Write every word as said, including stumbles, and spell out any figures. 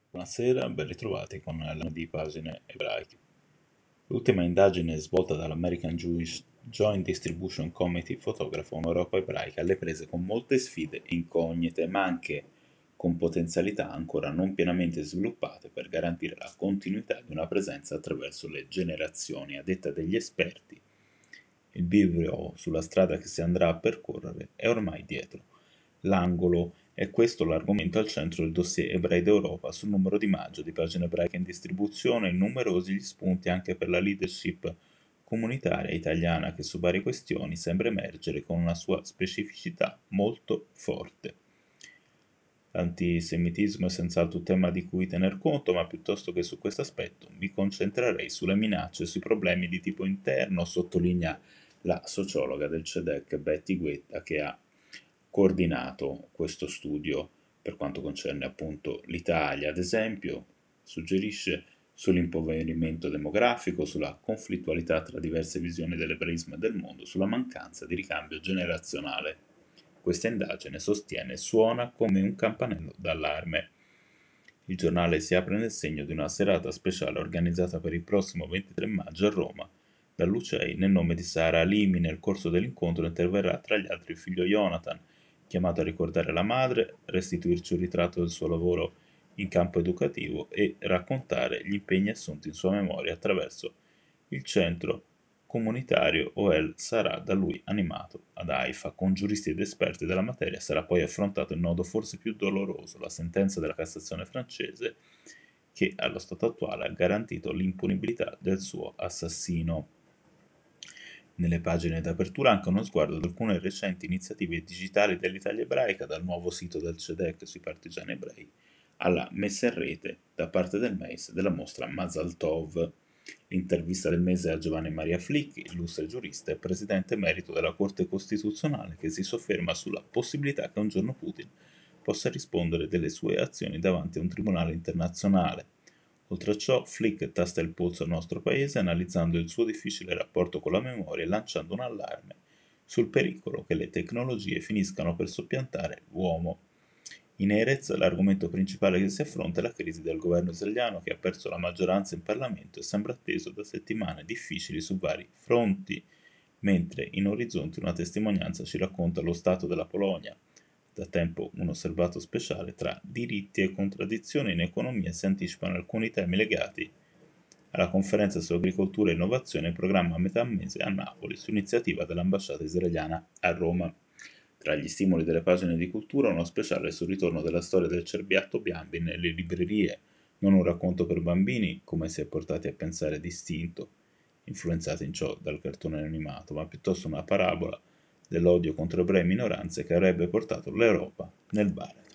Buonasera, ben ritrovati con la di pagine ebraiche. L'ultima indagine svolta dall'American Jewish Joint Distribution Committee fotografa un'Europa ebraica alle prese con molte sfide incognite, ma anche con potenzialità ancora non pienamente sviluppate per garantire la continuità di una presenza attraverso le generazioni. A detta degli esperti, il bivio sulla strada che si andrà a percorrere è ormai dietro l'angolo. È questo l'argomento al centro del dossier Ebrei d'Europa sul numero di maggio di pagine ebraiche in distribuzione e numerosi gli spunti anche per la leadership comunitaria italiana che su varie questioni sembra emergere con una sua specificità molto forte. L'antisemitismo è senz'altro un tema di cui tener conto, ma piuttosto che su questo aspetto mi concentrerei sulle minacce e sui problemi di tipo interno, sottolinea la sociologa del C E D E C Betty Guetta, che ha coordinato questo studio per quanto concerne appunto l'Italia. Ad esempio, suggerisce sull'impoverimento demografico, sulla conflittualità tra diverse visioni dell'ebraismo e del mondo, sulla mancanza di ricambio generazionale. Questa indagine, sostiene, suona come un campanello d'allarme. Il giornale si apre nel segno di una serata speciale organizzata per il prossimo ventitré maggio a Roma dall'U C E I nel nome di Sara Halimi. Nel corso dell'incontro interverrà tra gli altri il figlio Jonathan, chiamato a ricordare la madre, restituirci un ritratto del suo lavoro in campo educativo e raccontare gli impegni assunti in sua memoria attraverso il centro comunitario Ohel sarà da lui animato ad Haifa. Con giuristi ed esperti della materia sarà poi affrontato il nodo forse più doloroso, la sentenza della Cassazione francese che allo stato attuale ha garantito l'impunibilità del suo assassino. Nelle pagine d'apertura anche uno sguardo ad alcune recenti iniziative digitali dell'Italia ebraica, dal nuovo sito del C E D E C sui partigiani ebrei alla messa in rete da parte del M E I S della mostra Mazal Tov. L'intervista del mese a Giovanni Maria Flick, illustre giurista e presidente emerito della Corte Costituzionale, che si sofferma sulla possibilità che un giorno Putin possa rispondere delle sue azioni davanti a un tribunale internazionale. Oltre a ciò, Flick tasta il polso al nostro paese analizzando il suo difficile rapporto con la memoria e lanciando un allarme sul pericolo che le tecnologie finiscano per soppiantare l'uomo. In Erez l'argomento principale che si affronta è la crisi del governo israeliano, che ha perso la maggioranza in Parlamento e sembra atteso da settimane difficili su vari fronti, mentre in orizzonte una testimonianza ci racconta lo stato della Polonia. Da tempo un osservato speciale tra diritti e contraddizioni in economia si anticipano alcuni temi legati alla conferenza su agricoltura e innovazione in programma a metà mese a Napoli su iniziativa dell'ambasciata israeliana a Roma. Tra gli stimoli delle pagine di cultura, uno speciale sul ritorno della storia del cerbiatto Biambi nelle librerie, non un racconto per bambini, come si è portati a pensare distinto, influenzati in ciò dal cartone animato, ma piuttosto una parabola dell'odio contro ebrei e minoranze che avrebbe portato l'Europa nel baratro